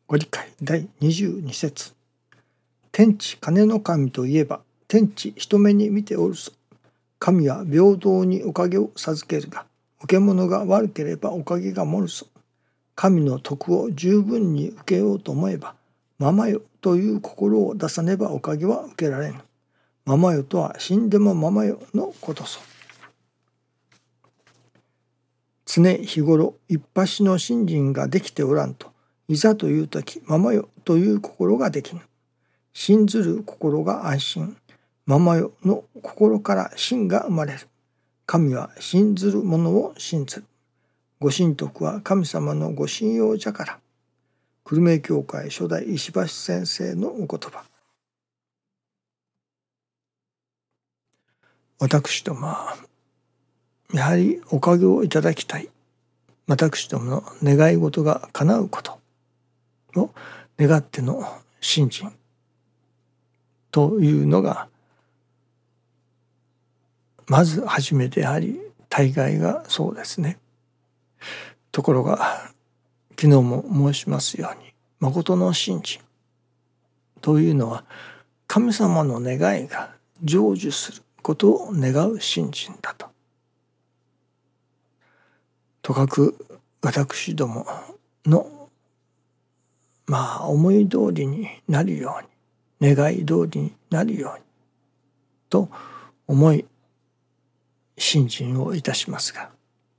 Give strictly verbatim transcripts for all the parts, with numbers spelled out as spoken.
ご理解だいにじゅうに節。天地金の神といえば、天地人目に見ておるぞ。神は平等におかげを授けるが、受け物が悪ければおかげが漏るぞ。神の徳を十分に受けようと思えば、ままよという心を出さねばおかげは受けられぬ。ままよとは死んでもままよのことぞ。常日頃一発の信心ができておらんと、いざという時ままよという心ができぬ。信ずる心が安心、ままよの心から信が生まれる。神は信ずる者を信ずる。ご神徳は神様のご信用じゃから。久留米教会初代石橋先生のお言葉。私どもはやはりおかげをいただきたい。私どもの願い事が叶うことを願っての信心というのがまず初めてあり、大概がそうですね。ところが昨日も申しますように、誠の信心というのは神様の願いが成就することを願う信心だと。とかく私どものまあ思い通りになるように、願い通りになるようにと思い信心をいたしますが、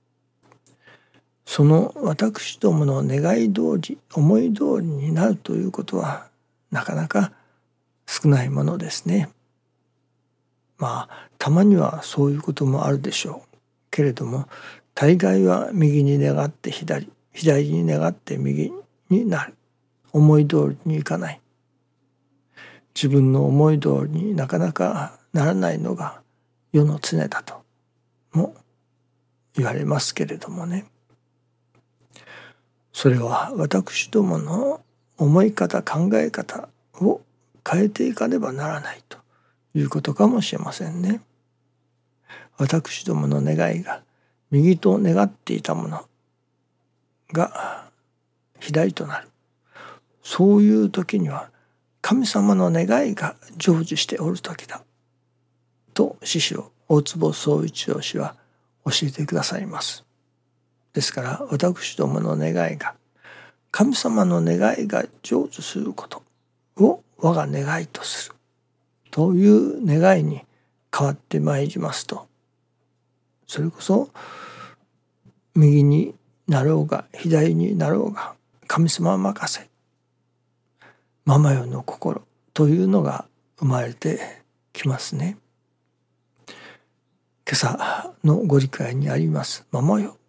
その私どもの願い通り、思い通りになるということはなかなか少ないものですね。まあたまにはそういうこともあるでしょうけれども、大概は右に願って左、左に願って右になる。思い通りにいかない。自分の思い通りになかなかならないのが世の常だとも言われますけれどもね。それは私どもの思い方、考え方を変えていかねばならないということかもしれませんね。私どもの願いが右と願っていたものが左となる。そういう時には神様の願いが成就しておる時だと師匠大坪宗一郎氏は教えてくださいます。ですから私どもの願いが神様の願いが成就することを我が願いとするという願いに変わってまいりますと、それこそ右になろうが左になろうが神様任せ、ままよの心というのが生まれてきますね。今朝のご理解にありますままよ。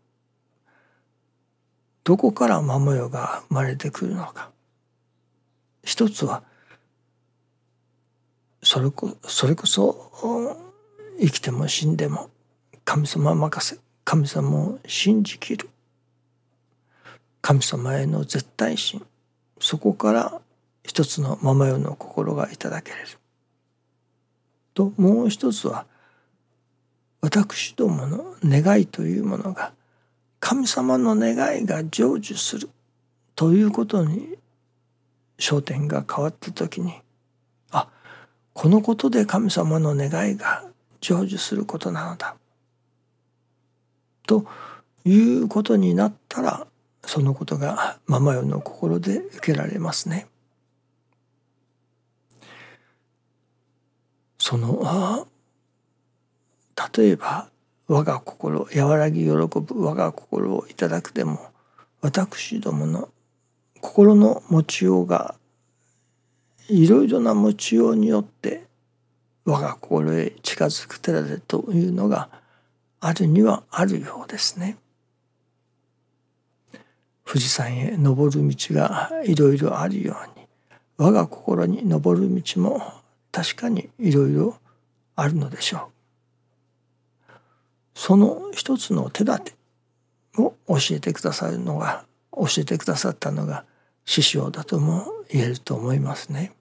どこからままよが生まれてくるのか。一つはそれこ、それこそ生きても死んでも神様任せ、神様を信じきる、神様への絶対心、そこから一つのままよの心がいただけれると、もう一つは私どもの願いというものが神様の願いが成就するということに焦点が変わった時に、あ、このことで神様の願いが成就することなのだということになったら、そのことがままよの心で受けられますね。その例えば我が心和らぎ喜ぶ我が心をいただくでも、私どもの心の持ちようがいろいろな持ちようによって我が心へ近づく寺でというのがあるにはあるようですね。富士山へ登る道がいろいろあるように、我が心に登る道も確かにいろいろあるのでしょう。その一つの手立てを教えてくださるのが教えてくださったのが師匠だとも言えると思いますね。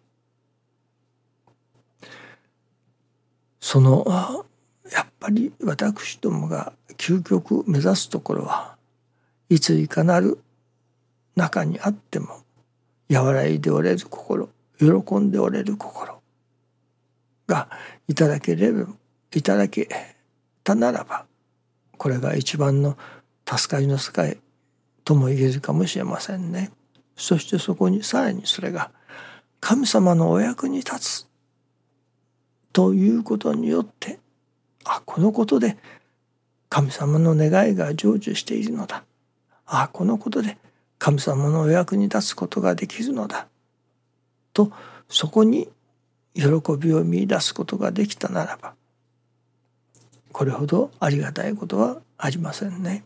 そのやっぱり私どもが究極目指すところは、いついかなる中にあっても和らいでおれる心、喜んでおれる心がいただければいただけたならば、これが一番の助かりの世界とも言えるかもしれませんね。そしてそこにさらにそれが神様のお役に立つということによって、あ、このことで神様の願いが成就しているのだ。あ、このことで神様のお役に立つことができるのだ。と、そこに喜びを見出すことができたならば、これほどありがたいことはありませんね。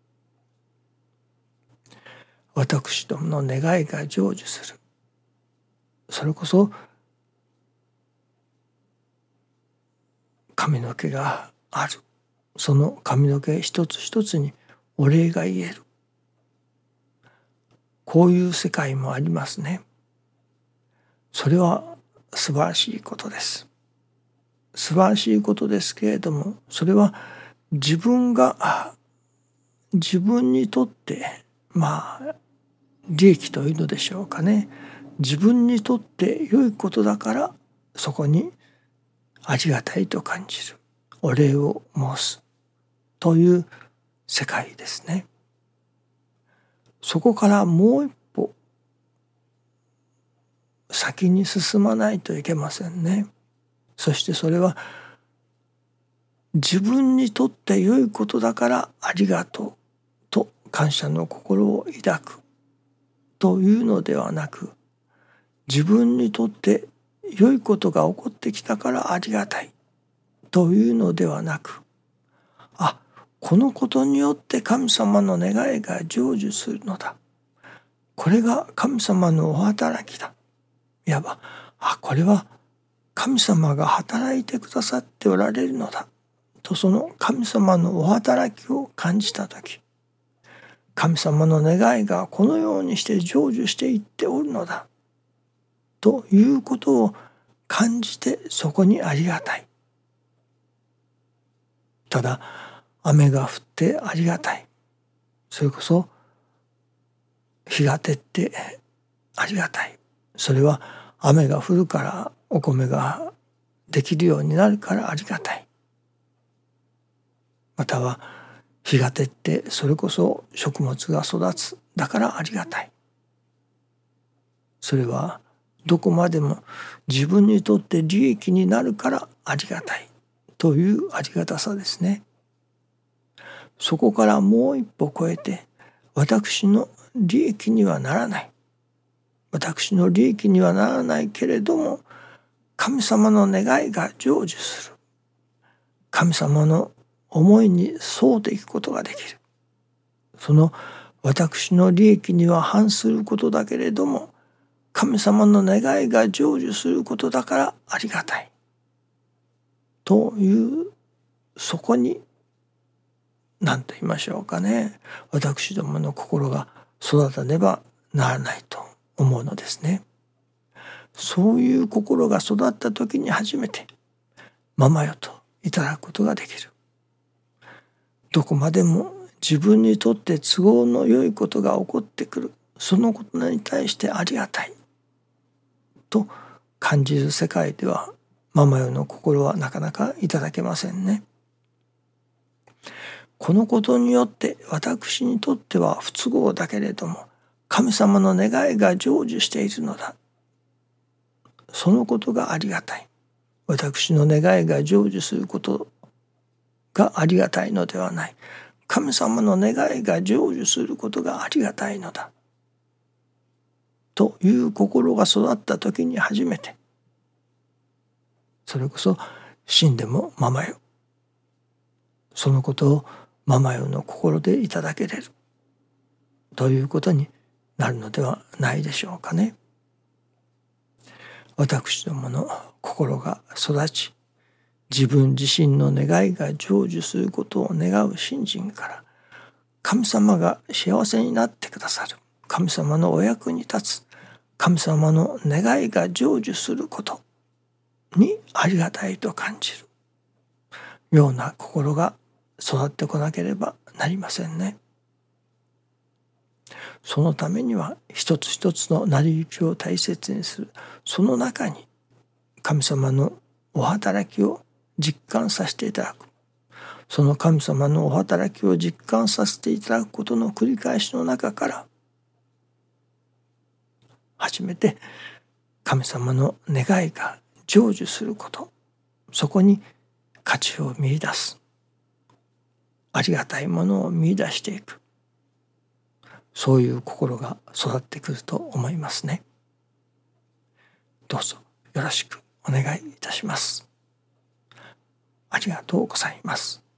私どもの願いが成就する。それこそ髪の毛がある。その髪の毛一つ一つにお礼が言える。こういう世界もありますね。それは素晴らしいことです。素晴らしいことですけれども、それは自分が自分にとってまあ利益というのでしょうかね。自分にとって良いことだからそこにありがたいと感じる、お礼を申すという世界ですね。そこからもう一歩先に進まないといけませんね。そしてそれは自分にとって良いことだからありがとうと感謝の心を抱くというのではなく、自分にとって良いことが起こってきたからありがたいというのではなく、あ、このことによって神様の願いが成就するのだ。これが神様のお働きだ。いわば、あ、これは神様が働いてくださっておられるのだ。とその神様のお働きを感じたとき、神様の願いがこのようにして成就していっておるのだ。ということを感じてそこにありがたい。ただ雨が降ってありがたい。それこそ日が照ってありがたい。それは雨が降るからお米ができるようになるからありがたい。または日が照ってそれこそ食物が育つだからありがたい。それはどこまでも自分にとって利益になるからありがたいというありがたさですね。そこからもう一歩超えて、私の利益にはならない、私の利益にはならないけれども神様の願いが成就する、神様の思いに沿うていくことができる。その私の利益には反することだけれども神様の願いが成就することだからありがたいという、そこに何と言いましょうかね、私どもの心が育たねばならないと思うのですね。そういう心が育った時に初めてママよといただくことができる。どこまでも自分にとって都合の良いことが起こってくる、そのことに対してありがたいと感じる世界ではママよの心はなかなかいただけませんね。このことによって私にとっては不都合だけれども神様の願いが成就しているのだ。そのことがありがたい。私の願いが成就することがありがたいのではない。神様の願いが成就することがありがたいのだ。という心が育った時に初めて、それこそ死んでもママよ、そのことをママよの心でいただけれるということになるのではないでしょうかね。私どもの心が育ち、自分自身の願いが成就することを願う信心から神様が幸せになってくださる、神様のお役に立つ、神様の願いが成就することにありがたいと感じるような心が育ってこなければなりませんね。 そのためには一つ一つの成り行きを大切にする。その中に神様のお働きを実感させていただく。その神様のお働きを実感させていただくことの繰り返しの中から初めて神様の願いが成就すること、そこに価値を見出す、ありがたいものを見出していく、そういう心が育ってくると思いますね。どうぞよろしくお願いいたします。ありがとうございます。